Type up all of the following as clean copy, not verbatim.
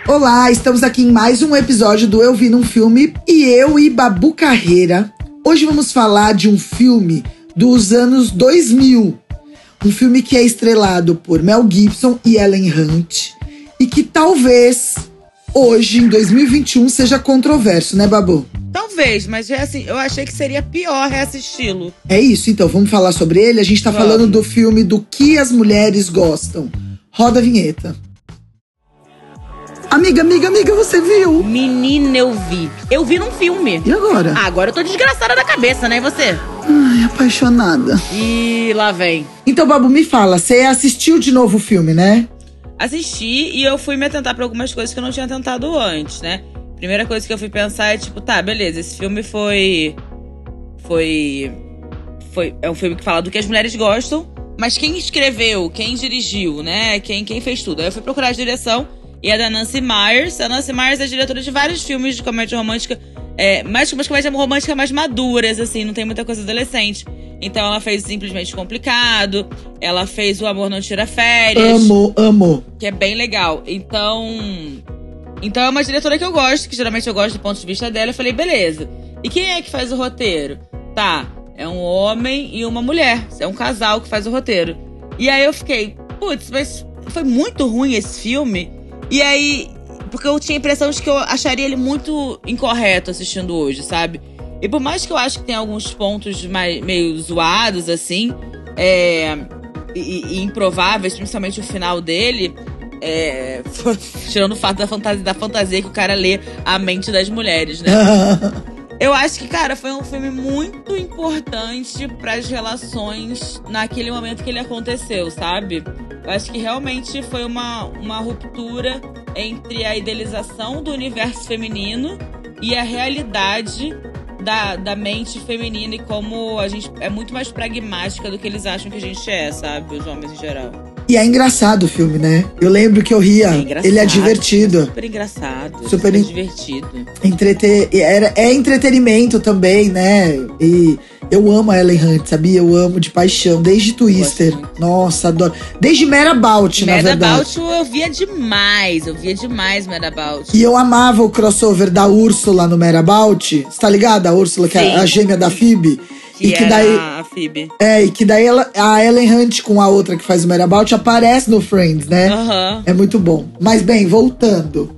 Olá, estamos aqui em mais um episódio do Eu Vi Num Filme e eu e Babu Carreira. Hoje vamos falar de um filme dos anos 2000. Um filme que é estrelado por Mel Gibson e Helen Hunt e que talvez hoje, em 2021, seja controverso, né, Babu? Talvez, mas assim, eu achei que seria pior reassisti-lo. É isso, então, vamos falar sobre ele. A gente tá falando do filme Do Que as Mulheres Gostam. Roda a vinheta. Amiga, você viu? Menina, eu vi. Eu vi num filme. E agora? Agora eu tô desgraçada da cabeça, né? E você? Ai, apaixonada. Ih, lá vem. Então, Babu, me fala, você assistiu de novo o filme, né? Assisti e eu fui me atentar pra algumas coisas que eu não tinha tentado antes, né? Primeira coisa que eu fui pensar é tipo, tá, beleza, esse filme é um filme que fala do que as mulheres gostam, mas quem escreveu, quem dirigiu, né? Quem fez tudo? Aí eu fui procurar a direção e é da Nancy Meyers. A Nancy Meyers é diretora de vários filmes de comédia romântica, mais comédia romântica mais maduras, assim, não tem muita coisa adolescente. Então ela fez Simplesmente Complicado, ela fez O Amor Não Tira Férias. Amo. Que é bem legal. Então é uma diretora que eu gosto, que geralmente eu gosto do ponto de vista dela. Eu falei, beleza. E quem é que faz o roteiro? Tá, é um homem e uma mulher. É um casal que faz o roteiro. E aí eu fiquei, putz, mas foi muito ruim esse filme. E aí, porque eu tinha a impressão de que eu acharia ele muito incorreto assistindo hoje, sabe? E por mais que eu acho que tem alguns pontos meio zoados, assim, e improváveis, principalmente o final dele, tirando o fato da fantasia que o cara lê a mente das mulheres, né? Eu acho que, cara, foi um filme muito importante pras relações naquele momento que ele aconteceu, sabe? Eu acho que realmente foi uma ruptura entre a idealização do universo feminino e a realidade da mente feminina e como a gente é muito mais pragmática do que eles acham que a gente é, sabe? Os homens em geral. E é engraçado o filme, né? Eu lembro que eu ria. Ele é divertido. Super engraçado. Super divertido. É entretenimento também, né? E eu amo a Helen Hunt, sabia? Eu amo de paixão. Desde Twister. Nossa, adoro. Desde Mad About, na verdade. Mad About eu via demais Mad About. E eu amava o crossover da Úrsula no Mad About. Você tá ligado? A Úrsula, que é a gêmea da Phoebe. E que daí a Phoebe. E que daí a Helen Hunt com a outra que faz o Mad About aparece no Friends, né? É muito bom. Mas bem, voltando.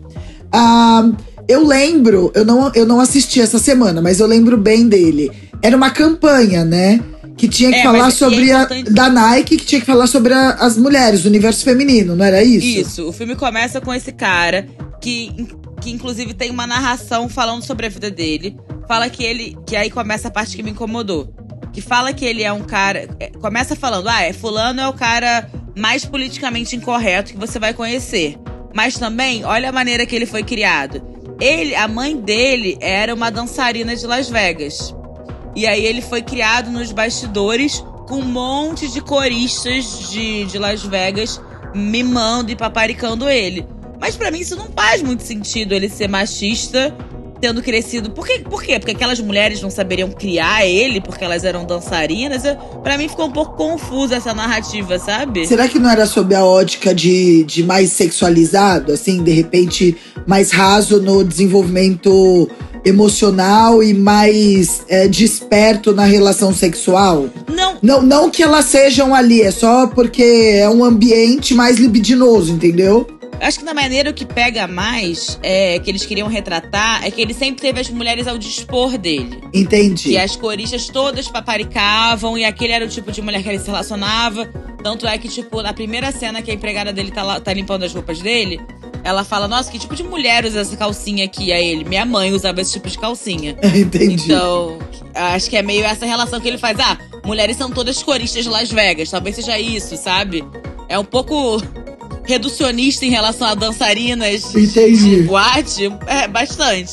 Eu lembro, eu não assisti essa semana, mas eu lembro bem dele. Era uma campanha, né? Que tinha que falar sobre da Nike, que tinha que falar sobre as mulheres, o universo feminino, não era isso? Isso, o filme começa com esse cara que inclusive tem uma narração falando sobre a vida dele. Fala que aí começa a parte que me incomodou. Que fala que ele é um cara... Começa falando, fulano é o cara mais politicamente incorreto que você vai conhecer. Mas também, olha a maneira que ele foi criado. A mãe dele era uma dançarina de Las Vegas. E aí ele foi criado nos bastidores com um monte de coristas de Las Vegas mimando e paparicando ele. Mas pra mim isso não faz muito sentido, ele ser machista tendo crescido. Por quê? Porque aquelas mulheres não saberiam criar ele porque elas eram dançarinas. Pra mim ficou um pouco confusa essa narrativa, sabe? Será que não era sob a ótica de mais sexualizado? Assim, de repente, mais raso no desenvolvimento emocional e mais desperto na relação sexual? Não que elas sejam ali, é só porque é um ambiente mais libidinoso, entendeu? Acho que na maneira o que pega mais, que eles queriam retratar, é que ele sempre teve as mulheres ao dispor dele. Entendi. E as coristas todas paparicavam, e aquele era o tipo de mulher que ele se relacionava. Tanto é que, tipo, na primeira cena que a empregada dele tá limpando as roupas dele, ela fala, nossa, que tipo de mulher usa essa calcinha aqui? A ele, minha mãe usava esse tipo de calcinha. Entendi. Então, acho que é meio essa relação que ele faz. Mulheres são todas coristas de Las Vegas, talvez seja isso, sabe? É um pouco reducionista em relação a dançarinas de boate, bastante.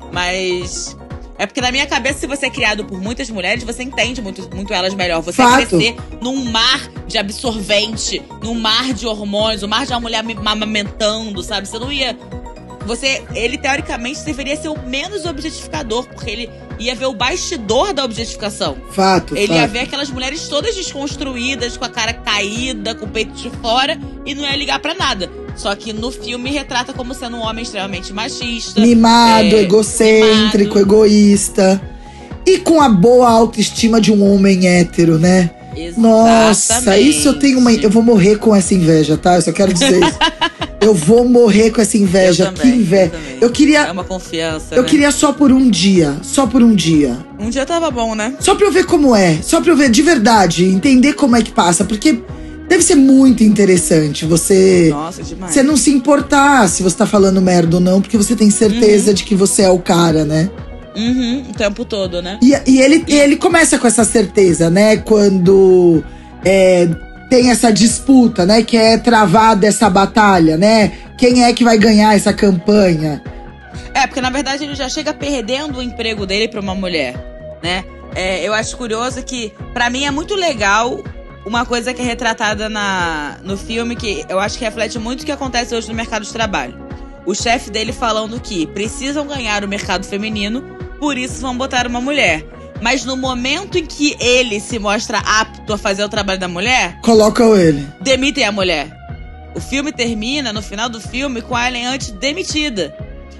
Mas é porque na minha cabeça, se você é criado por muitas mulheres, você entende muito elas melhor. Você vai crescer num mar de absorvente, num mar de hormônios, um mar de uma mulher amamentando, sabe? Você não ia ele teoricamente deveria ser o menos objetificador, porque ele ia ver o bastidor da objetificação. Ele ia ver aquelas mulheres todas desconstruídas, com a cara caída, com o peito de fora, e não ia ligar pra nada. Só que no filme retrata como sendo um homem extremamente machista. Mimado, egocêntrico, egoísta. E com a boa autoestima de um homem hétero, né? Exatamente. Nossa, isso eu tenho eu vou morrer com essa inveja, tá? Eu só quero dizer isso. Eu vou morrer com essa inveja. Que inveja. Eu queria. É uma confiança. Eu queria só por um dia. Só por um dia. Um dia tava bom, né? Só pra eu ver como é. Só pra eu ver de verdade. Entender como é que passa. Porque deve ser muito interessante você. Nossa, demais. Você não se importar se você tá falando merda ou não, porque você tem certeza de que você é o cara, né? O tempo todo, né? E ele começa com essa certeza, né? Quando tem essa disputa, né? Que é travada essa batalha, né? Quem é que vai ganhar essa campanha? Porque na verdade ele já chega perdendo o emprego dele pra uma mulher, né? Eu acho curioso que, pra mim, é muito legal uma coisa que é retratada no filme, que eu acho que reflete muito o que acontece hoje no mercado de trabalho. O chefe dele falando que precisam ganhar o mercado feminino, por isso vão botar uma mulher. Mas no momento em que ele se mostra apto a fazer o trabalho da mulher, colocam ele. Demitem a mulher. O filme termina, no final do filme, com a Ellen Hunt demitida.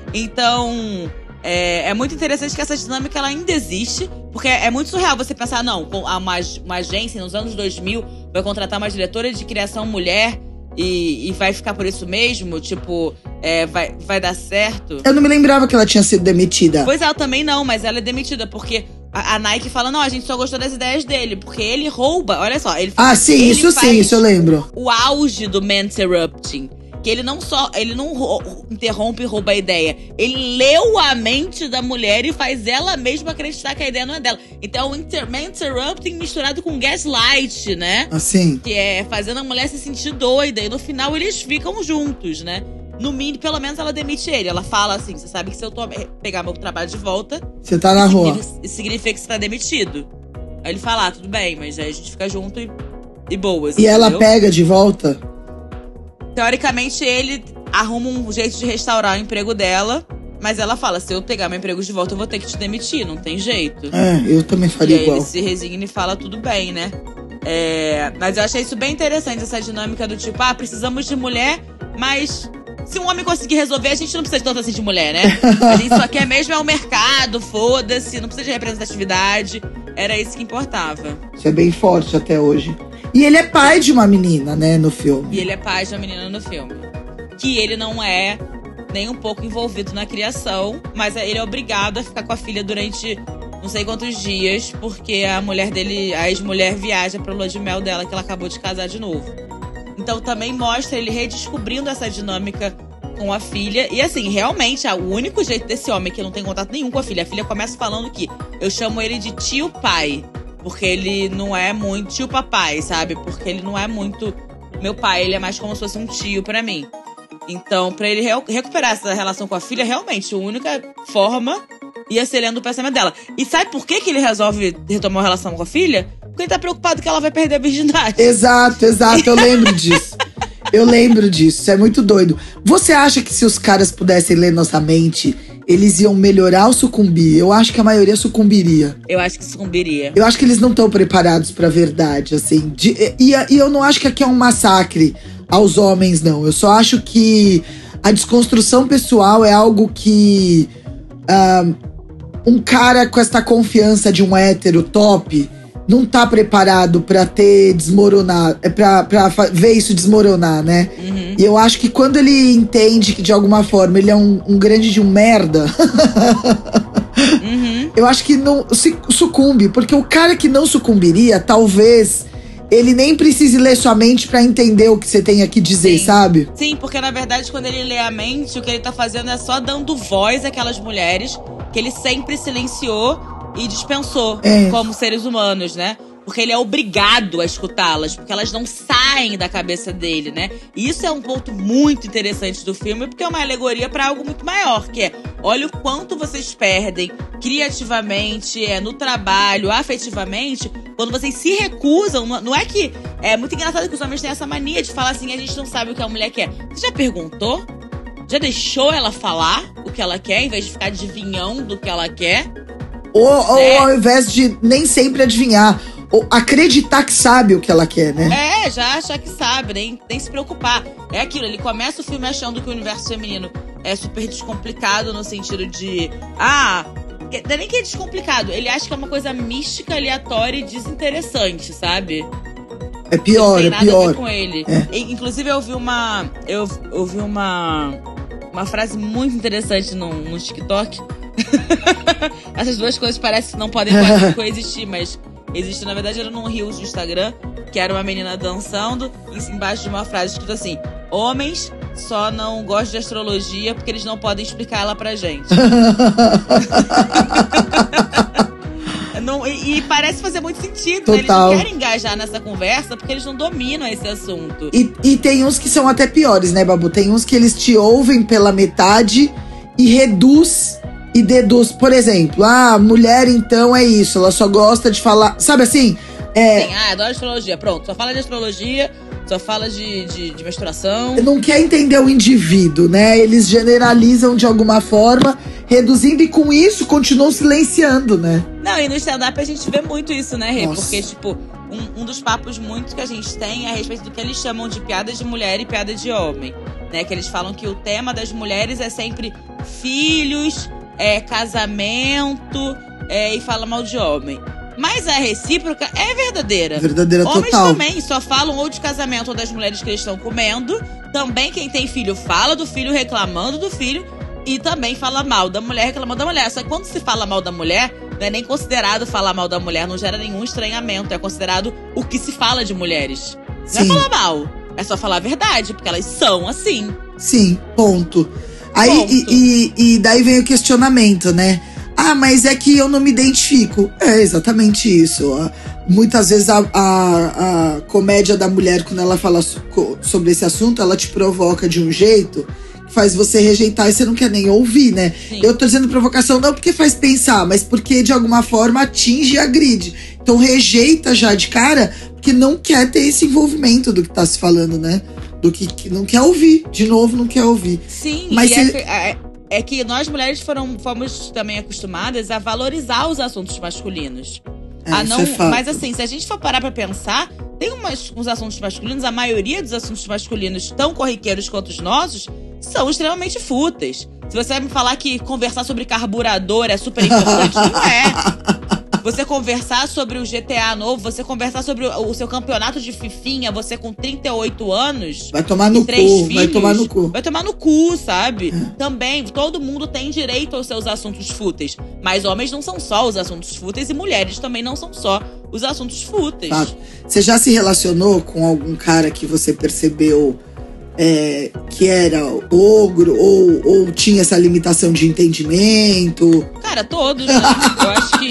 Então, é muito interessante que essa dinâmica ela ainda existe, porque é muito surreal você pensar, não, uma agência nos anos 2000 vai contratar uma diretora de criação mulher e vai ficar por isso mesmo? Tipo, vai dar certo? Eu não me lembrava que ela tinha sido demitida. Pois é, eu também não, mas ela é demitida porque a Nike fala, não, a gente só gostou das ideias dele, porque ele rouba, olha só. Sim, isso eu lembro. O auge do Man-Interrupting. Que ele não interrompe e rouba a ideia. Ele leu a mente da mulher e faz ela mesma acreditar que a ideia não é dela. Então, o Man-Interrupting misturado com gaslight, né? Assim. Que é fazendo a mulher se sentir doida. E no final eles ficam juntos, né? No mínimo, pelo menos ela demite ele. Ela fala assim, você sabe que se eu pegar meu trabalho de volta… Você tá na rua. Isso significa que você tá demitido. Aí ele fala, tudo bem, mas aí a gente fica junto e boas. E ela pega de volta? Teoricamente, ele arruma um jeito de restaurar o emprego dela, mas ela fala, se eu pegar meu emprego de volta, eu vou ter que te demitir, não tem jeito. Eu também faria igual. E aí ele se resigna e fala, tudo bem, né? Mas eu achei isso bem interessante, essa dinâmica do tipo, precisamos de mulher, mas se um homem conseguir resolver, a gente não precisa de tanto assim de mulher, né? A gente só quer mesmo o mercado, foda-se, não precisa de representatividade. Era isso que importava. Isso é bem forte até hoje. E ele é pai de uma menina, né, no filme. E ele é pai de uma menina no filme. Que ele não é nem um pouco envolvido na criação, mas ele é obrigado a ficar com a filha durante não sei quantos dias, porque a mulher dele, a ex-mulher, viaja pra lua de mel dela, que ela acabou de casar de novo. Então também mostra ele redescobrindo essa dinâmica com a filha. E assim, realmente, o único jeito desse homem que não tem contato nenhum com a filha começa falando que eu chamo ele de tio pai. Porque ele não é muito tio papai, sabe? Porque ele não é muito meu pai, ele é mais como se fosse um tio pra mim. Então, pra ele recuperar essa relação com a filha, realmente, a única forma ia ser lendo o pensamento dela. E sabe por que ele resolve retomar a relação com a filha? Porque ele tá preocupado que ela vai perder a virgindade. Exato, eu lembro disso. Eu lembro disso, isso é muito doido. Você acha que se os caras pudessem ler nossa mente, eles iam melhorar ou sucumbir? Eu acho que a maioria sucumbiria. Eu acho que sucumbiria. Eu acho que eles não estão preparados pra verdade, assim. E eu não acho que aqui é um massacre aos homens, não. Eu só acho que a desconstrução pessoal é algo que… um cara com essa confiança de um hétero top não tá preparado pra desmoronar, pra ver isso desmoronar, né? Uhum. E eu acho que quando ele entende que de alguma forma ele é um grande de um merda, uhum. Eu acho que não sucumbe, porque o cara que não sucumbiria, talvez ele nem precise ler sua mente pra entender o que você tem aqui dizer, sabe? Sim, porque na verdade quando ele lê a mente, o que ele tá fazendo é só dando voz àquelas mulheres que ele sempre silenciou e dispensou como seres humanos, né? Porque ele é obrigado a escutá-las, porque elas não saem da cabeça dele, né? E isso é um ponto muito interessante do filme, porque é uma alegoria para algo muito maior, que é, olha o quanto vocês perdem criativamente, no trabalho, afetivamente, quando vocês se recusam. Não é que… É muito engraçado que os homens têm essa mania de falar assim, a gente não sabe o que a mulher quer. Você já perguntou? Já deixou ela falar o que ela quer, em vez de ficar adivinhando o que ela quer? Ou ao invés de nem sempre adivinhar, ou acreditar que sabe o que ela quer, né? Já acha que sabe, nem se preocupar. É aquilo, ele começa o filme achando que o universo feminino é super descomplicado, no sentido de… não é nem que é descomplicado, ele acha que é uma coisa mística, aleatória e desinteressante, sabe? É pior, não tem nada a ver com ele. Inclusive, eu ouvi uma frase muito interessante no TikTok. Essas duas coisas parecem que não podem coexistir, mas existe, na verdade, era num Reels do Instagram, que era uma menina dançando, embaixo de uma frase escrita assim: homens só não gostam de astrologia porque eles não podem explicar ela pra gente. E parece fazer muito sentido, né? Eles não querem engajar nessa conversa porque eles não dominam esse assunto. E tem uns que são até piores, né, Babu? Tem uns que eles te ouvem pela metade e reduz e deduz. Por exemplo, mulher então é isso, ela só gosta de falar… Sabe assim? Sim, adoro astrologia. Pronto, só fala de astrologia, só fala de menstruação. Não quer entender o indivíduo, né? Eles generalizam de alguma forma, reduzindo, e com isso continuam silenciando, né? Não, e no stand-up a gente vê muito isso, né, Rê? Nossa. Porque, tipo, um dos papos muito que a gente tem é a respeito do que eles chamam de piada de mulher e piada de homem, né? Que eles falam que o tema das mulheres é sempre filhos, casamento, e fala mal de homem. Mas a recíproca é verdadeira. Verdadeira Homens total. também só falam ou de casamento ou das mulheres que eles estão comendo. Também quem tem filho fala do filho, reclamando do filho. E também fala mal da mulher, reclamando da mulher. Só que quando se fala mal da mulher, não é nem considerado falar mal da mulher. Não gera nenhum estranhamento. É considerado o que se fala de mulheres. Não é falar mal. É só falar a verdade, porque elas são assim. Sim, ponto. Aí, e daí vem o questionamento, né? Mas é que eu não me identifico. É exatamente isso. Muitas vezes a comédia da mulher, quando ela fala sobre esse assunto, ela te provoca de um jeito que faz você rejeitar e você não quer nem ouvir, né? Sim. Eu tô dizendo provocação não porque faz pensar, mas porque de alguma forma atinge e agride. Então rejeita já de cara, porque não quer ter esse envolvimento do que tá se falando, né? Do que não quer ouvir. De novo, não quer ouvir. Sim, mas é que nós mulheres fomos também acostumadas a valorizar os assuntos masculinos. Isso é fato. Mas assim, se a gente for parar pra pensar, tem uns assuntos masculinos, a maioria dos assuntos masculinos, tão corriqueiros quanto os nossos, são extremamente fúteis. Se você vai me falar que conversar sobre carburador é super importante, não é. Você conversar sobre o GTA novo, você conversar sobre o seu campeonato de fifinha, você com 38 anos… Vai tomar no cu, filhos, vai tomar no cu. Vai tomar no cu, sabe? Também, todo mundo tem direito aos seus assuntos fúteis. Mas homens não são só os assuntos fúteis e mulheres também não são só os assuntos fúteis. Tá. Você já se relacionou com algum cara que você percebeu que era ogro ou tinha essa limitação de entendimento? Cara, todos, né? Eu acho que…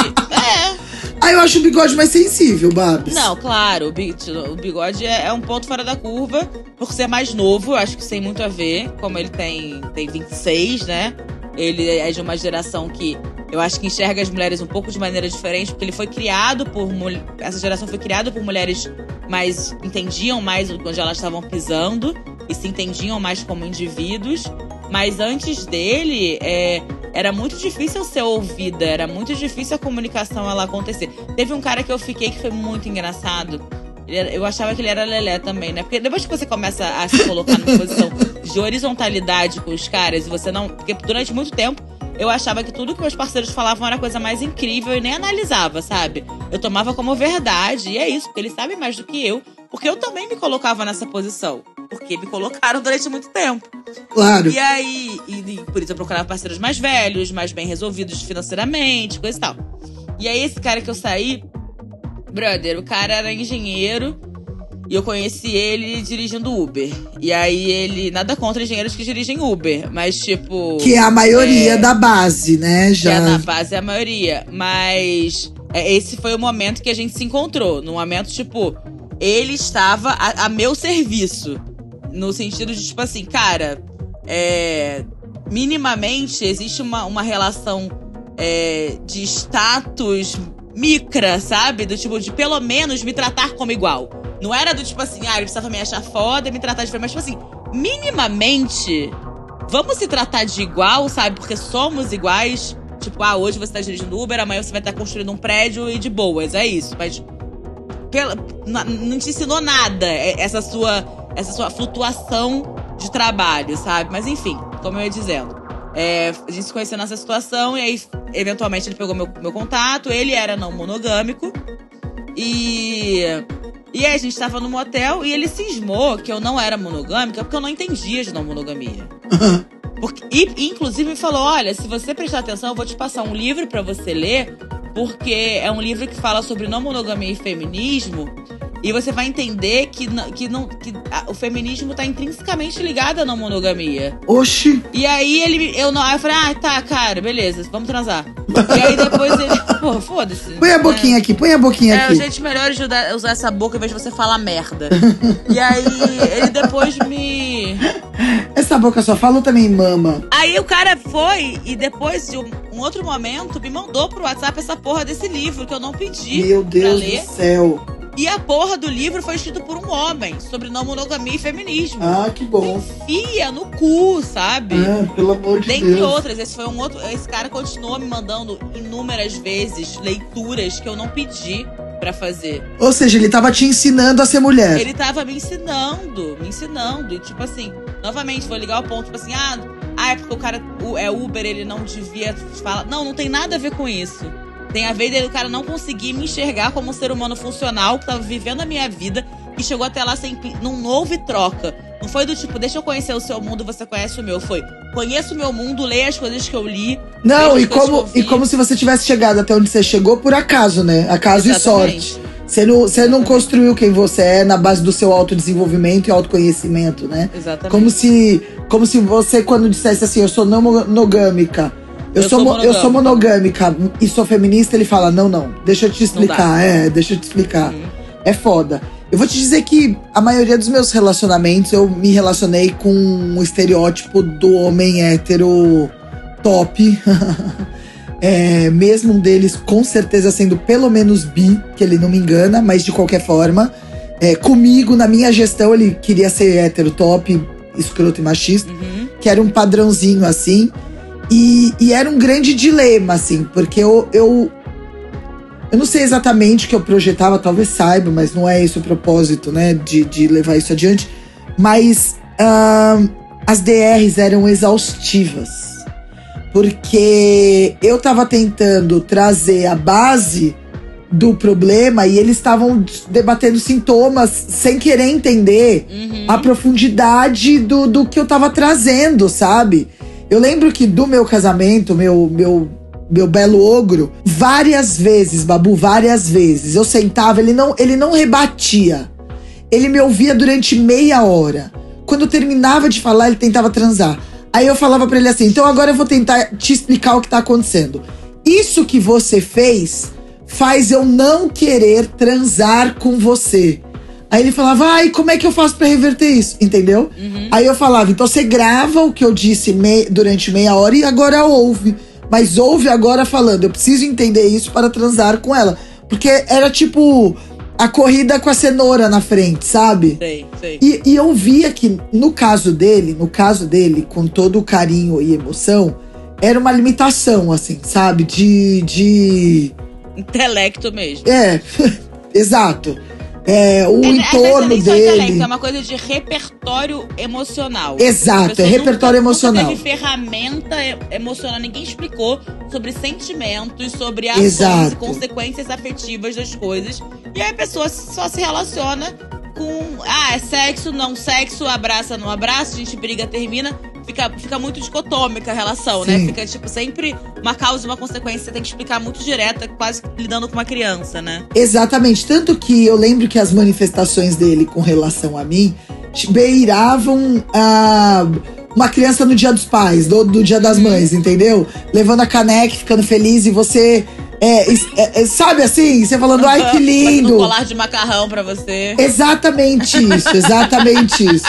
Eu acho o bigode mais sensível, Babs. Não, claro, o bigode é um ponto fora da curva. Por ser mais novo, eu acho que isso tem muito a ver. Como ele tem 26, né? Ele é de uma geração que eu acho que enxerga as mulheres um pouco de maneira diferente, porque ele foi criado por… Essa geração foi criada por mulheres mais… entendiam mais onde elas estavam pisando e se entendiam mais como indivíduos. Mas antes dele, era muito difícil ser ouvida, era muito difícil a comunicação ela acontecer. Teve um cara que eu fiquei que foi muito engraçado. Eu achava que ele era lelé também, né? Porque depois que você começa a se colocar numa posição de horizontalidade com os caras, e você não… Porque durante muito tempo, eu achava que tudo que meus parceiros falavam era a coisa mais incrível e nem analisava, sabe? Eu tomava como verdade, e é isso, porque eles sabem mais do que eu. Porque eu também me colocava nessa posição. Porque me colocaram durante muito tempo. Claro. E aí, por isso eu procurava parceiros mais velhos, mais bem resolvidos financeiramente, coisa e tal. E aí esse cara que eu saí, brother, o cara era engenheiro e eu conheci ele dirigindo Uber. E aí ele, nada contra engenheiros que dirigem Uber, mas tipo… Que é a maioria da base, né? Já. Que é na base a maioria, mas esse foi o momento que a gente se encontrou. No momento, tipo, ele estava a meu serviço. No sentido de, tipo assim, cara, minimamente existe uma relação de status micra, sabe? Do tipo, de pelo menos me tratar como igual. Não era do tipo assim, ele precisava me achar foda e me tratar diferente. Mas, tipo assim, minimamente vamos se tratar de igual, sabe? Porque somos iguais. Tipo, hoje você tá dirigindo Uber, amanhã você vai estar construindo um prédio e de boas, é isso. Mas não te ensinou nada essa sua flutuação de trabalho, sabe? Mas enfim, como eu ia dizendo. A gente se conheceu nessa situação e aí, eventualmente, ele pegou meu contato. Ele era não monogâmico. E aí a gente tava no motel e ele cismou que eu não era monogâmica porque eu não entendia de não monogamia. E inclusive me falou, olha, se você prestar atenção, eu vou te passar um livro pra você ler, porque é um livro que fala sobre não monogamia e feminismo. E você vai entender que o feminismo tá intrinsecamente ligado à não monogamia. Oxi! E aí eu falei, tá, cara, beleza, vamos transar. E aí depois ele, pô, foda-se. Põe a boquinha aqui, põe a boquinha aqui. O jeito melhor de usar essa boca em vez de você falar merda. E aí ele depois me... Essa boca só fala ou também mama? Aí o cara foi e depois de um outro momento me mandou pro WhatsApp essa porra desse livro que eu não pedi. Meu Deus do céu. E a porra do livro foi escrito por um homem, sobre não monogamia e feminismo. Ah, que bom. Enfia no cu, sabe? Pelo amor de Deus. Dentre outras, esse cara continuou me mandando inúmeras vezes leituras que eu não pedi pra fazer. Ou seja, ele tava te ensinando a ser mulher. Ele tava me ensinando. E tipo assim, novamente, vou ligar o ponto, tipo assim, é porque o cara é Uber, ele não devia falar. Não tem nada a ver com isso. Tem a ver dele o cara não conseguir me enxergar como um ser humano funcional que tava vivendo a minha vida e chegou até lá sem. Não houve troca. Não foi do tipo, deixa eu conhecer o seu mundo, você conhece o meu. Foi, conheço o meu mundo, leia as coisas que eu li. Não, e como se você tivesse chegado até onde você chegou por acaso, né? Acaso Exatamente. E sorte. Você não construiu quem você é na base do seu autodesenvolvimento e autoconhecimento, né? Exatamente. Como se você, quando dissesse assim, eu sou não monogâmica. Eu sou monogâmica e sou feminista, ele fala, não, deixa eu te explicar. Deixa eu te explicar. É foda. Eu vou te dizer que a maioria dos meus relacionamentos, eu me relacionei com um estereótipo do homem hétero top. Mesmo um deles, com certeza, sendo pelo menos bi, que ele não me engana, mas de qualquer forma. Comigo, na minha gestão, ele queria ser hétero top, escroto e machista. Que era um padrãozinho, assim. E era um grande dilema, assim, porque eu não sei exatamente o que eu projetava, talvez saiba, mas não é esse o propósito, né, de levar isso adiante. Mas as DRs eram exaustivas, porque eu tava tentando trazer a base do problema e eles estavam debatendo sintomas sem querer entender a profundidade do que eu tava trazendo, sabe? Eu lembro que do meu casamento, meu belo ogro, várias vezes, Babu, várias vezes, eu sentava, ele não rebatia. Ele me ouvia durante meia hora. Quando eu terminava de falar, ele tentava transar. Aí eu falava pra ele assim, então agora eu vou tentar te explicar o que tá acontecendo. Isso que você fez faz eu não querer transar com você. Aí ele falava, e como é que eu faço pra reverter isso? Entendeu? Aí eu falava, então você grava o que eu disse durante meia hora e agora ouve. Mas ouve agora falando, eu preciso entender isso para transar com ela. Porque era tipo a corrida com a cenoura na frente, sabe? Sei. E eu via que no caso dele, com todo o carinho e emoção, era uma limitação, assim, sabe? De... intelecto mesmo. Exato. O entorno dele. É uma coisa de repertório emocional. Exato, repertório emocional. Nunca teve ferramenta emocional. Ninguém explicou sobre sentimentos, sobre ações e consequências afetivas das coisas. E aí a pessoa só se relaciona com... é sexo, não sexo, abraça, não abraça, a gente briga, termina. Fica muito dicotômica a relação, né? Fica, tipo, sempre uma causa e uma consequência. Você tem que explicar muito direta, quase lidando com uma criança, né? Exatamente. Tanto que eu lembro que as manifestações dele com relação a mim beiravam uma criança no Dia dos Pais, do Dia das Mães, entendeu? Levando a caneca, ficando feliz e você... sabe assim? Você falando, ai, que lindo! Um colar de macarrão pra você. Exatamente isso.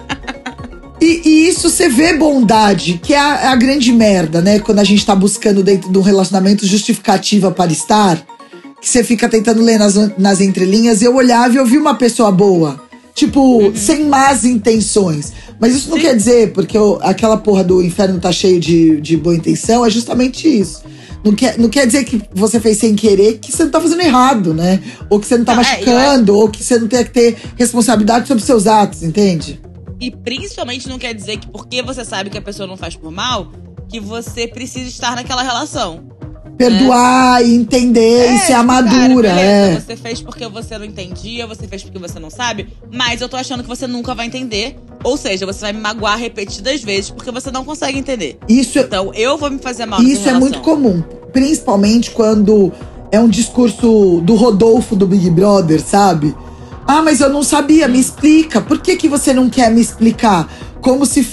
E isso você vê bondade, que é a grande merda, né? Quando a gente tá buscando dentro de um relacionamento justificativa para estar, que você fica tentando ler nas entrelinhas. Eu olhava e eu vi uma pessoa boa, Tipo, sem más intenções. Mas isso não quer dizer, porque aquela porra do inferno tá cheio de boa intenção, é justamente isso. Não quer dizer que você fez sem querer, que você não tá fazendo errado, né? Ou que você não tá machucando, ou que você não tem que ter responsabilidade sobre seus atos, entende? E principalmente não quer dizer que porque você sabe que a pessoa não faz por mal, que você precisa estar naquela relação. Perdoar e entender e ser madura. Beleza, você fez porque você não entendia, você fez porque você não sabe, mas eu tô achando que você nunca vai entender. Ou seja, você vai me magoar repetidas vezes porque você não consegue entender. Então eu vou me fazer mal nessa relação. Isso é muito comum, principalmente quando é um discurso do Rodolfo do Big Brother, sabe? Ah, mas eu não sabia, me explica. Por que você não quer me explicar? Como se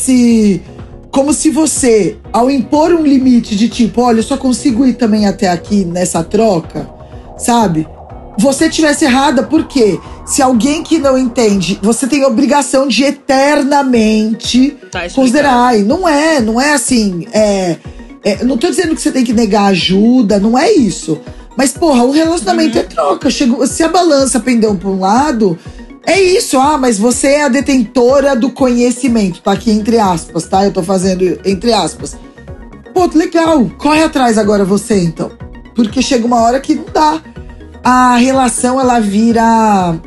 você, ao impor um limite de tipo, olha, eu só consigo ir também até aqui nessa troca, sabe? Você tivesse errada, por quê? Se alguém que não entende, você tem obrigação de eternamente considerar. Ai, não é assim. Não tô dizendo que você tem que negar ajuda, não é isso. Mas, porra, o relacionamento é troca. Se a balança pendeu pra um lado, é isso. Ah, mas você é a detentora do conhecimento. Tá aqui entre aspas, tá? Eu tô fazendo entre aspas. Pô, legal. Corre atrás agora você, então. Porque chega uma hora que não dá. A relação, ela vira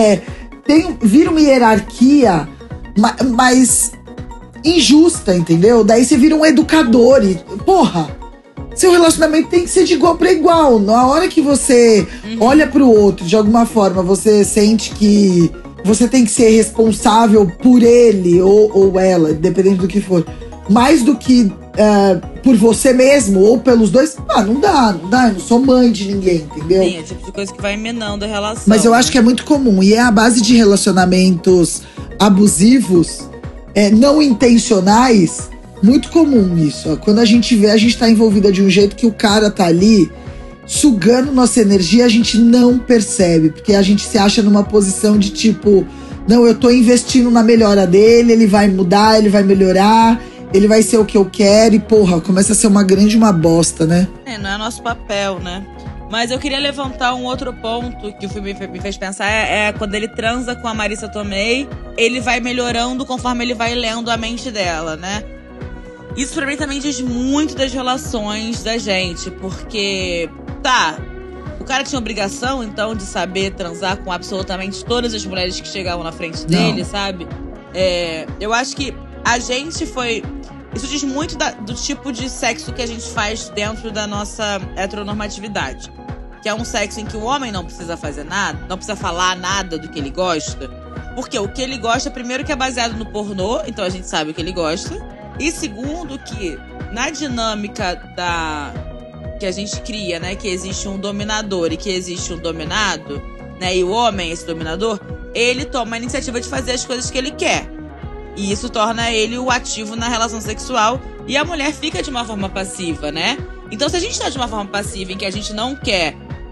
uma hierarquia, mas injusta, entendeu? Daí você vira um educador e, porra, seu relacionamento tem que ser de igual para igual. Na hora que você olha pro outro, de alguma forma, você sente que você tem que ser responsável por ele ou ela, dependendo do que for, mais do que por você mesmo ou pelos dois. Não dá, eu não sou mãe de ninguém, entendeu? Sim, é o tipo de coisa que vai minando a relação. Mas eu acho que é muito comum, e é a base de relacionamentos abusivos, não intencionais, muito comum isso. Ó. Quando a gente vê, a gente tá envolvida de um jeito que o cara tá ali sugando nossa energia, a gente não percebe, porque a gente se acha numa posição de tipo, não, eu tô investindo na melhora dele, ele vai mudar, ele vai melhorar, ele vai ser o que eu quero, e porra, começa a ser uma bosta, né? Não é nosso papel, né? Mas eu queria levantar um outro ponto que o filme me fez pensar, quando ele transa com a Marisa Tomei, ele vai melhorando conforme ele vai lendo a mente dela, né? Isso pra mim também diz muito das relações da gente, porque, o cara tinha obrigação, então, de saber transar com absolutamente todas as mulheres que chegavam na frente dele, sabe? Eu acho que a gente foi... Isso diz muito do tipo de sexo que a gente faz dentro da nossa heteronormatividade. Que é um sexo em que o homem não precisa fazer nada, não precisa falar nada do que ele gosta. Porque o que ele gosta, primeiro, que é baseado no pornô, então a gente sabe o que ele gosta. E segundo, que na dinâmica que a gente cria, né, que existe um dominador e que existe um dominado, né, e o homem, esse dominador, ele toma a iniciativa de fazer as coisas que ele quer. E isso torna ele o ativo na relação sexual. E a mulher fica de uma forma passiva, né? Então, se a gente tá de uma forma passiva em que a gente não quer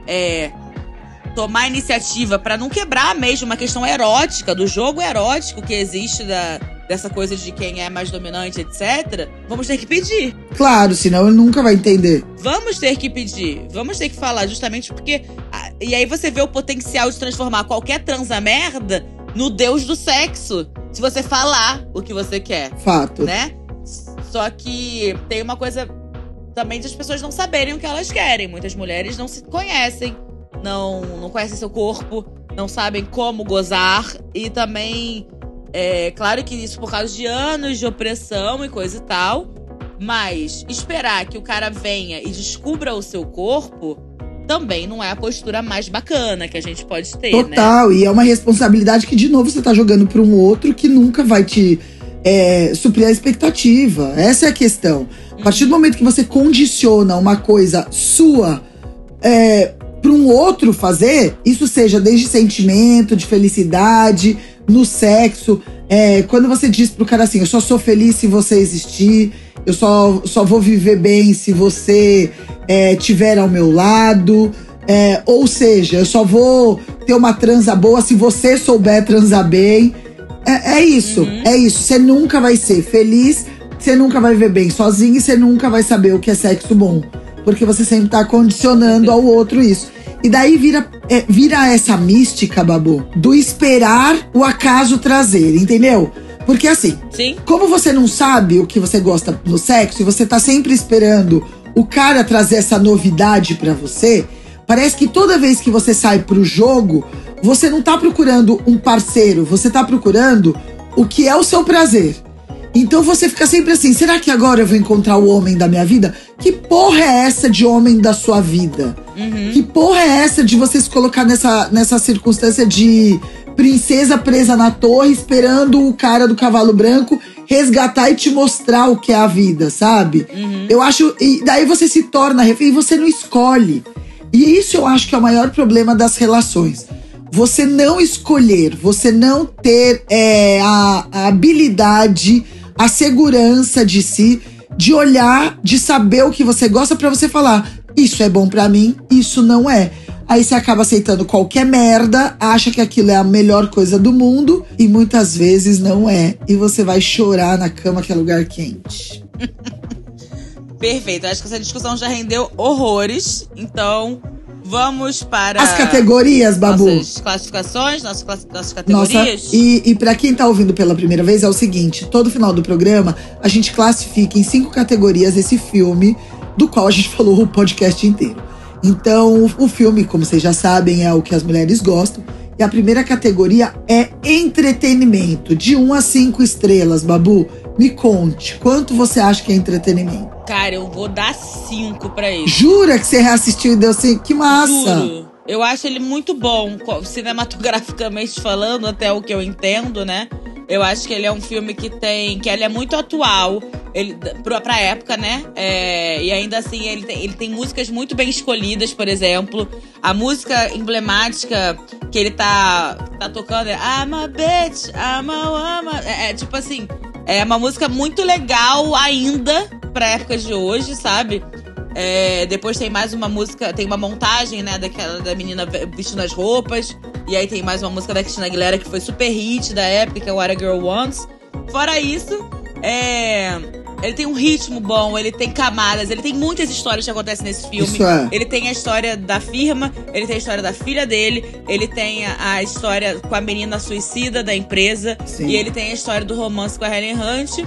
tomar a iniciativa pra não quebrar mesmo uma questão erótica, do jogo erótico que existe dessa coisa de quem é mais dominante, etc., vamos ter que pedir. Claro, senão ele nunca vai entender. Vamos ter que pedir. Vamos ter que falar, justamente porque... E aí você vê o potencial de transformar qualquer transa merda no deus do sexo. Se você falar o que você quer. Fato. Né? Só que tem uma coisa também de as pessoas não saberem o que elas querem. Muitas mulheres não se conhecem, não conhecem seu corpo, não sabem como gozar. E também, claro que isso por causa de anos de opressão e coisa e tal. Mas esperar que o cara venha e descubra o seu corpo também não é a postura mais bacana que a gente pode ter, Total, né? E é uma responsabilidade que, de novo, você tá jogando pra um outro que nunca vai te suprir a expectativa. Essa é a questão. A partir do momento que você condiciona uma coisa sua pra um outro fazer, isso seja desde sentimento, de felicidade, no sexo. Quando você diz pro cara assim, eu só sou feliz se você existir, eu só vou viver bem se você tiver ao meu lado. Ou seja, eu só vou ter uma transa boa se você souber transar bem. É isso, é isso. Você nunca vai ser feliz, você nunca vai viver bem sozinho e você nunca vai saber o que é sexo bom. Porque você sempre tá condicionando ao outro isso. E daí vira essa mística, Babu, do esperar o acaso trazer, entendeu? Porque assim, sim, como você não sabe o que você gosta no sexo e você tá sempre esperando o cara trazer essa novidade pra você, parece que toda vez que você sai pro jogo, você não tá procurando um parceiro, você tá procurando o que é o seu prazer. Então você fica sempre assim, será que agora eu vou encontrar o homem da minha vida? Que porra é essa de homem da sua vida? Que porra é essa de você se colocar nessa circunstância de princesa presa na torre, esperando o cara do cavalo branco resgatar e te mostrar o que é a vida, sabe? Eu acho… E daí você se torna refém e você não escolhe. E isso eu acho que é o maior problema das relações. Você não escolher, você não ter a habilidade, a segurança de si, de olhar, de saber o que você gosta pra você falar, isso é bom pra mim, isso não é. Aí você acaba aceitando qualquer merda, acha que aquilo é a melhor coisa do mundo e muitas vezes não é. E você vai chorar na cama que é lugar quente. Perfeito, acho que essa discussão já rendeu horrores, então vamos para… As categorias, Babu. Nossas classificações, nossas categorias. Nossa, e pra quem tá ouvindo pela primeira vez, é o seguinte, todo final do programa, a gente classifica em 5 categorias esse filme, do qual a gente falou o podcast inteiro. Então, o filme, como vocês já sabem, é o que as mulheres gostam. E a primeira categoria é entretenimento, de 1 a 5 estrelas, Babu. Me conte, quanto você acha que é entretenimento? Cara, eu vou dar 5 pra ele. Jura que você reassistiu e deu 5? Que massa! Juro. Eu acho ele muito bom, cinematograficamente falando, até o que eu entendo, né? Eu acho que ele é um filme que ele é muito atual, pra época, né? E ainda assim, ele tem músicas muito bem escolhidas, por exemplo. A música emblemática que ele tá tocando é I'm a bitch, I'm a woman. Tipo assim, é uma música muito legal ainda pra época de hoje, sabe? Depois tem mais uma música, tem uma montagem, né, da menina vestindo as roupas. E aí tem mais uma música da Christina Aguilera que foi super hit da época, que é What a Girl Wants. Fora isso, ele tem um ritmo bom, ele tem camadas, ele tem muitas histórias que acontecem nesse filme. Isso é. Ele tem a história da firma, ele tem a história da filha dele, ele tem a história com a menina suicida da empresa. Sim. E ele tem a história do romance com a Helen Hunt.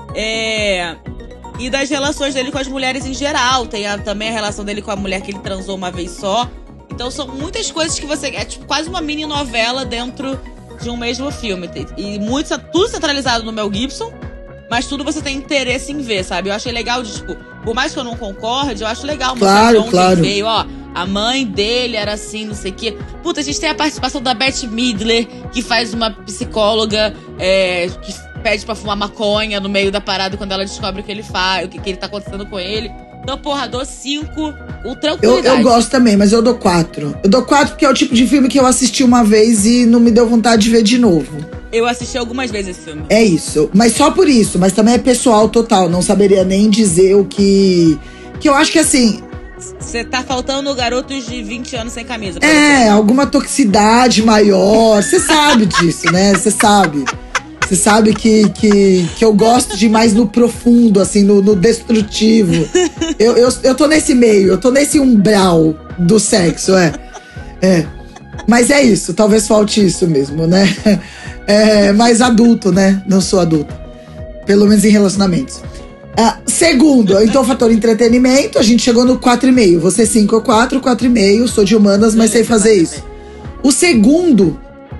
E das relações dele com as mulheres em geral. Tem também a relação dele com a mulher que ele transou uma vez só. Então são muitas coisas que você… É tipo quase uma mini novela dentro de um mesmo filme. E tudo centralizado no Mel Gibson, mas tudo você tem interesse em ver, sabe? Eu achei legal de, tipo… Por mais que eu não concorde, eu acho legal mostrar de onde ele veio. Ó, a mãe dele era assim, não sei o quê. Puta, a gente tem a participação da Bette Midler, que faz uma psicóloga que pede pra fumar maconha no meio da parada quando ela descobre o que ele faz, o que ele tá acontecendo com ele. Então, porra, dou 5 com tranquilidade. Eu gosto também, mas eu dou 4. Eu dou 4 porque é o tipo de filme que eu assisti uma vez e não me deu vontade de ver de novo. Eu assisti algumas vezes esse filme. É isso, mas só por isso. Mas também é pessoal total, não saberia nem dizer o que… Que eu acho que assim… Você tá faltando garotos de 20 anos sem camisa. Alguma toxicidade maior. Você sabe disso, né? Você sabe. Você sabe que eu gosto de ir mais no profundo, assim, no destrutivo. Eu tô nesse meio, eu tô nesse umbral do sexo, Mas é isso, talvez falte isso mesmo, né? Mais adulto, né? Não sou adulto. Pelo menos em relacionamentos. Segundo, então, fator entretenimento, a gente chegou no 4,5. Você 5 ou 4, 4,5. Sou de humanas, mas sei fazer isso. O segundo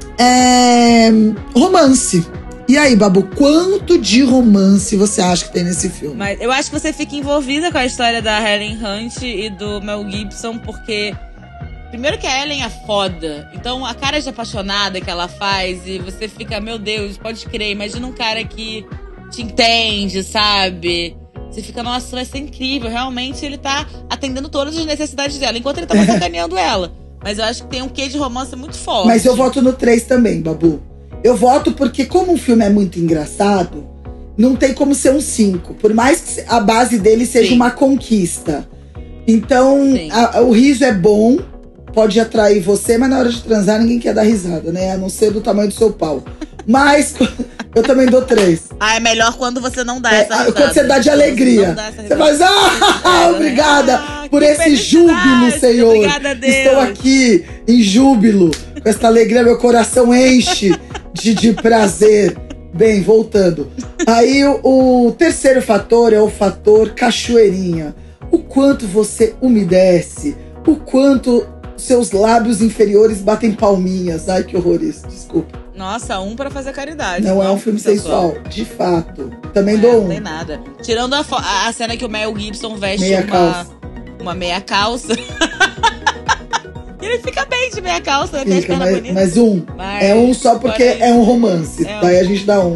é romance. E aí, Babu, quanto de romance você acha que tem nesse filme? Mas eu acho que você fica envolvida com a história da Helen Hunt e do Mel Gibson, porque… Primeiro que a Ellen é foda. Então, a cara de apaixonada que ela faz, e você fica, meu Deus, pode crer, imagina um cara que te entende, sabe? Você fica, nossa, vai ser incrível. Realmente, ele tá atendendo todas as necessidades dela, enquanto ele tava sacaneando ela. Mas eu acho que tem um quê de romance muito forte. Mas eu voto no 3 também, Babu. Eu voto porque, como o filme é muito engraçado, não tem como ser um 5. Por mais que a base dele seja uma conquista. Então, o riso é bom, pode atrair você, mas na hora de transar ninguém quer dar risada, né? A não ser do tamanho do seu pau. Mas eu também dou 3. É melhor quando você não dá essa risada. Quando você dá de alegria. Você faz, obrigada. por esse júbilo, Senhor. Obrigada, Deus. Estou aqui em júbilo. Com essa alegria, meu coração enche de prazer. Bem, voltando. Aí o terceiro fator é o fator cachoeirinha. O quanto você umedece, o quanto seus lábios inferiores batem palminhas. Ai, que horror isso, desculpa. Nossa, pra fazer caridade. Não é um filme sensual, de fato. Também dou Não tem nada. Tirando a cena que o Mel Gibson veste uma meia calça. Ele fica bem de meia calça, né? Fica, mas é um só porque é um romance. Daí a gente dá um,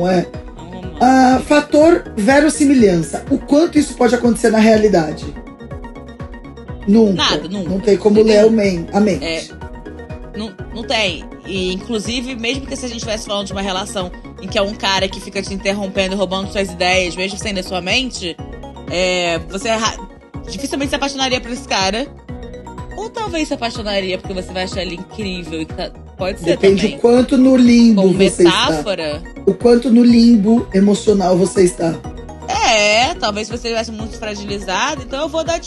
fator verossimilhança. O quanto isso pode acontecer na realidade? Nunca. Nada, nunca. Não tem como ler a mente. Não tem. E, inclusive, mesmo que se a gente estivesse falando de uma relação em que é um cara que fica te interrompendo e roubando suas ideias, mesmo sem ler sua mente, você dificilmente se apaixonaria por esse cara. Ou talvez se apaixonaria porque você vai achar ele incrível. E pode ser Depende também. O quanto no limbo como você metáfora, está. O quanto no limbo emocional você está. Talvez você estivesse muito fragilizado. Então eu vou dar,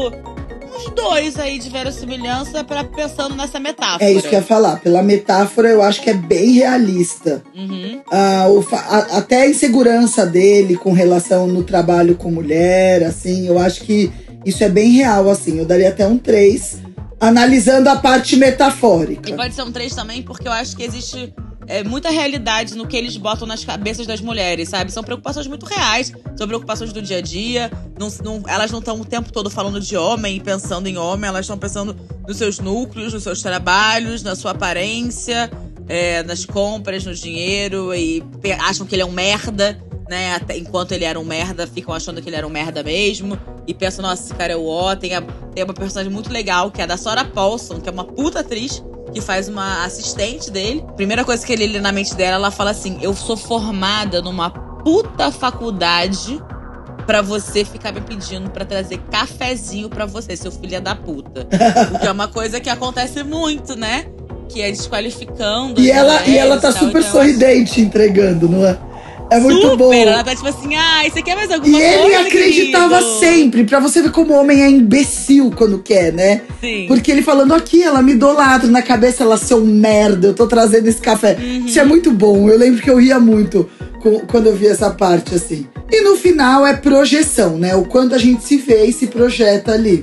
uns 2 aí de verossimilhança pensando nessa metáfora. É isso que eu ia falar. Pela metáfora, eu acho que é bem realista. Uhum. Até a insegurança dele com relação no trabalho com mulher, assim, eu acho que isso é bem real, assim. Eu daria até um 3, analisando a parte metafórica. E pode ser um 3 também, porque eu acho que existe muita realidade no que eles botam nas cabeças das mulheres, sabe? São preocupações muito reais, são preocupações do dia a dia. Elas não estão o tempo todo falando de homem e pensando em homem, elas estão pensando nos seus núcleos, nos seus trabalhos, na sua aparência, nas compras, no dinheiro, e acham que ele é um merda, né? Até enquanto ele era um merda, ficam achando que ele era um merda mesmo. E pensam, nossa, esse cara é o ó. Tem uma personagem muito legal, que é a da Sarah Paulson, que é uma puta atriz, que faz uma assistente dele. Primeira coisa que ele lê na mente dela, ela fala assim: eu sou formada numa puta faculdade pra você ficar me pedindo pra trazer cafezinho pra você, seu filho da puta. O que é uma coisa que acontece muito, né? Que é desqualificando. E ela tá super sorridente entregando, não é? É muito super bom. Ela tá tipo assim, você quer mais alguma coisa? E ele acreditava querido? sempre. Pra você ver como o homem é imbecil quando quer, né? Sim. Porque ele falando aqui, ela me idolatra. Na cabeça, ela, seu merda, eu tô trazendo esse café. Uhum. Isso é muito bom. Eu lembro que eu ria muito quando eu vi essa parte, assim. E no final é projeção, né? O quanto a gente se vê e se projeta ali.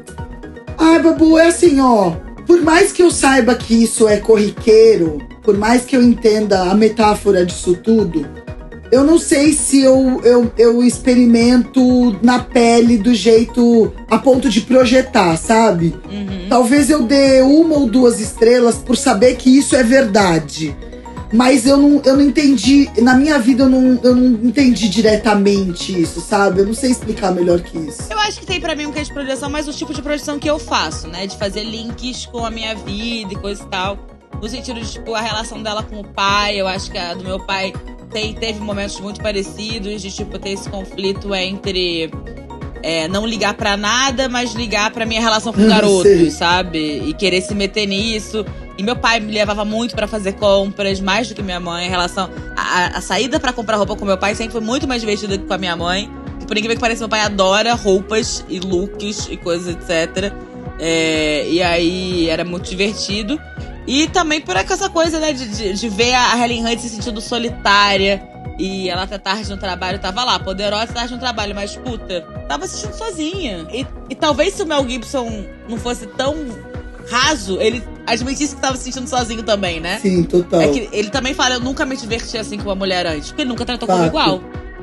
Babu, é assim, ó. Por mais que eu saiba que isso é corriqueiro, por mais que eu entenda a metáfora disso tudo, eu não sei se eu experimento na pele do jeito a ponto de projetar, sabe? Uhum. Talvez eu dê 1 ou 2 estrelas por saber que isso é verdade. Mas eu não entendi, na minha vida eu não entendi diretamente isso, sabe? Eu não sei explicar melhor que isso. Eu acho que tem pra mim um quê de projeção, mas o tipo de projeção que eu faço, né? De fazer links com a minha vida e coisa e tal. No sentido de, a relação dela com o pai. Eu acho que a do meu pai teve momentos muito parecidos, de, ter esse conflito entre não ligar pra nada, mas ligar pra minha relação com garotos, sabe? E querer se meter nisso. E meu pai me levava muito pra fazer compras, mais do que minha mãe. Em relação a saída pra comprar roupa com meu pai sempre foi muito mais divertida que com a minha mãe. E por incrível que pareça, meu pai adora roupas e looks e coisas, etc. E aí era muito divertido. E também por essa coisa, né, de ver a Helen Hunt se sentindo solitária. E ela até tarde no trabalho tava lá, poderosa tarde no trabalho, mas puta, tava assistindo sozinha. E talvez se o Mel Gibson não fosse tão raso, ele admitisse que tava se sentindo sozinho também, né? Sim, total. É que ele também fala, eu nunca me diverti assim com uma mulher antes, porque ele nunca tratou como igual.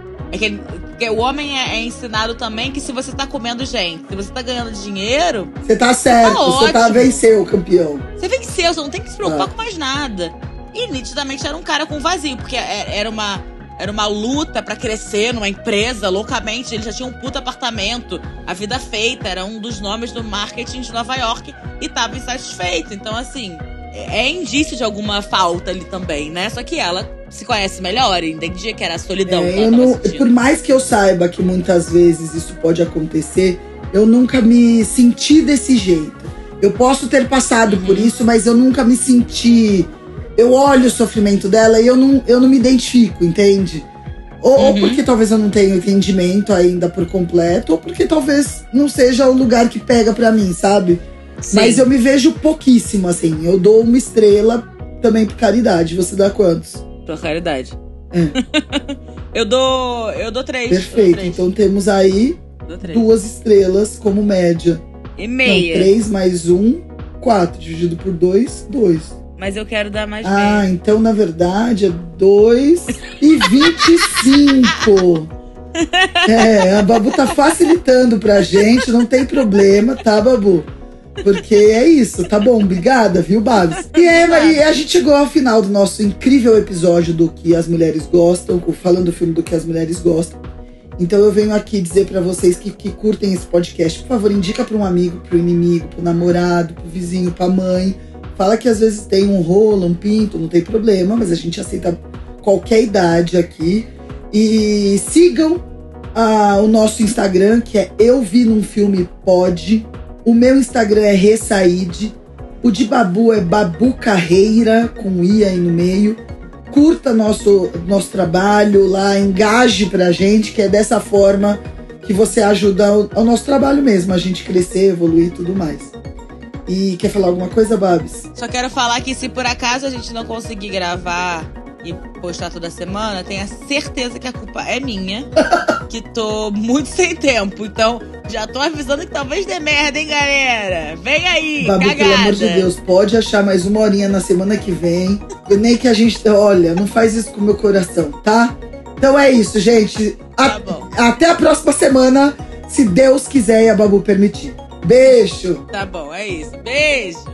Porque o homem é ensinado também que se você tá comendo gente, se você tá ganhando dinheiro, você tá certo, você venceu, campeão. Você venceu, você não tem que se preocupar com mais nada. E nitidamente era um cara com vazio, porque era uma luta pra crescer numa empresa loucamente. Ele já tinha um puto apartamento, a vida feita, era um dos nomes do marketing de Nova York e tava insatisfeito. Então, assim, é indício de alguma falta ali também, né? Só que ela se conhece melhor e entendia que era a solidão que ela tava sentindo. Por mais que eu saiba que muitas vezes isso pode acontecer, eu nunca me senti desse jeito. Eu posso ter passado por isso, mas eu nunca me senti... Eu olho o sofrimento dela e eu não me identifico, entende? Ou porque talvez eu não tenha entendimento ainda por completo, ou porque talvez não seja o lugar que pega pra mim, sabe? Sim. Mas eu me vejo pouquíssimo, assim. Eu dou 1 estrela também por caridade. Você dá quantos? Por caridade. Eu dou 3. Perfeito. 3. Então temos aí 2 estrelas como média. E meia. Então, 3 mais 1, 4. Dividido por 2, 2. Mas eu quero dar mais meia. Então na verdade é 2,25. A Babu tá facilitando pra gente, não tem problema, tá, Babu? Porque é isso, tá bom, obrigada, viu, Babs? E a gente chegou ao final do nosso incrível episódio do Que as Mulheres Gostam, falando do filme do Que as Mulheres Gostam. Então eu venho aqui dizer pra vocês que curtem esse podcast, por favor, indica pra um amigo, pro inimigo, pro namorado, pro vizinho, pra mãe. Fala que às vezes tem um rolo, um pinto, não tem problema, mas a gente aceita qualquer idade aqui. E sigam o nosso Instagram, que é Eu Vi Num Filme Pod. O meu Instagram é Ressaide. O de Babu é Babu Carreira, com I aí no meio. Curta nosso trabalho lá, engaje pra gente, que é dessa forma que você ajuda ao nosso trabalho mesmo, a gente crescer, evoluir e tudo mais. E quer falar alguma coisa, Babs? Só quero falar que se por acaso a gente não conseguir gravar e postar toda semana, tenha certeza que a culpa é minha, que tô muito sem tempo. Então, já tô avisando que talvez dê merda, hein, galera? Vem aí, Babu, cagada. Pelo amor de Deus, pode achar mais 1 horinha na semana que vem. Nem que a gente... Olha, não faz isso com o meu coração, tá? Então é isso, gente. Tá bom. Até a próxima semana, se Deus quiser e a Babu permitir. Beijo! Tá bom, é isso. Beijo!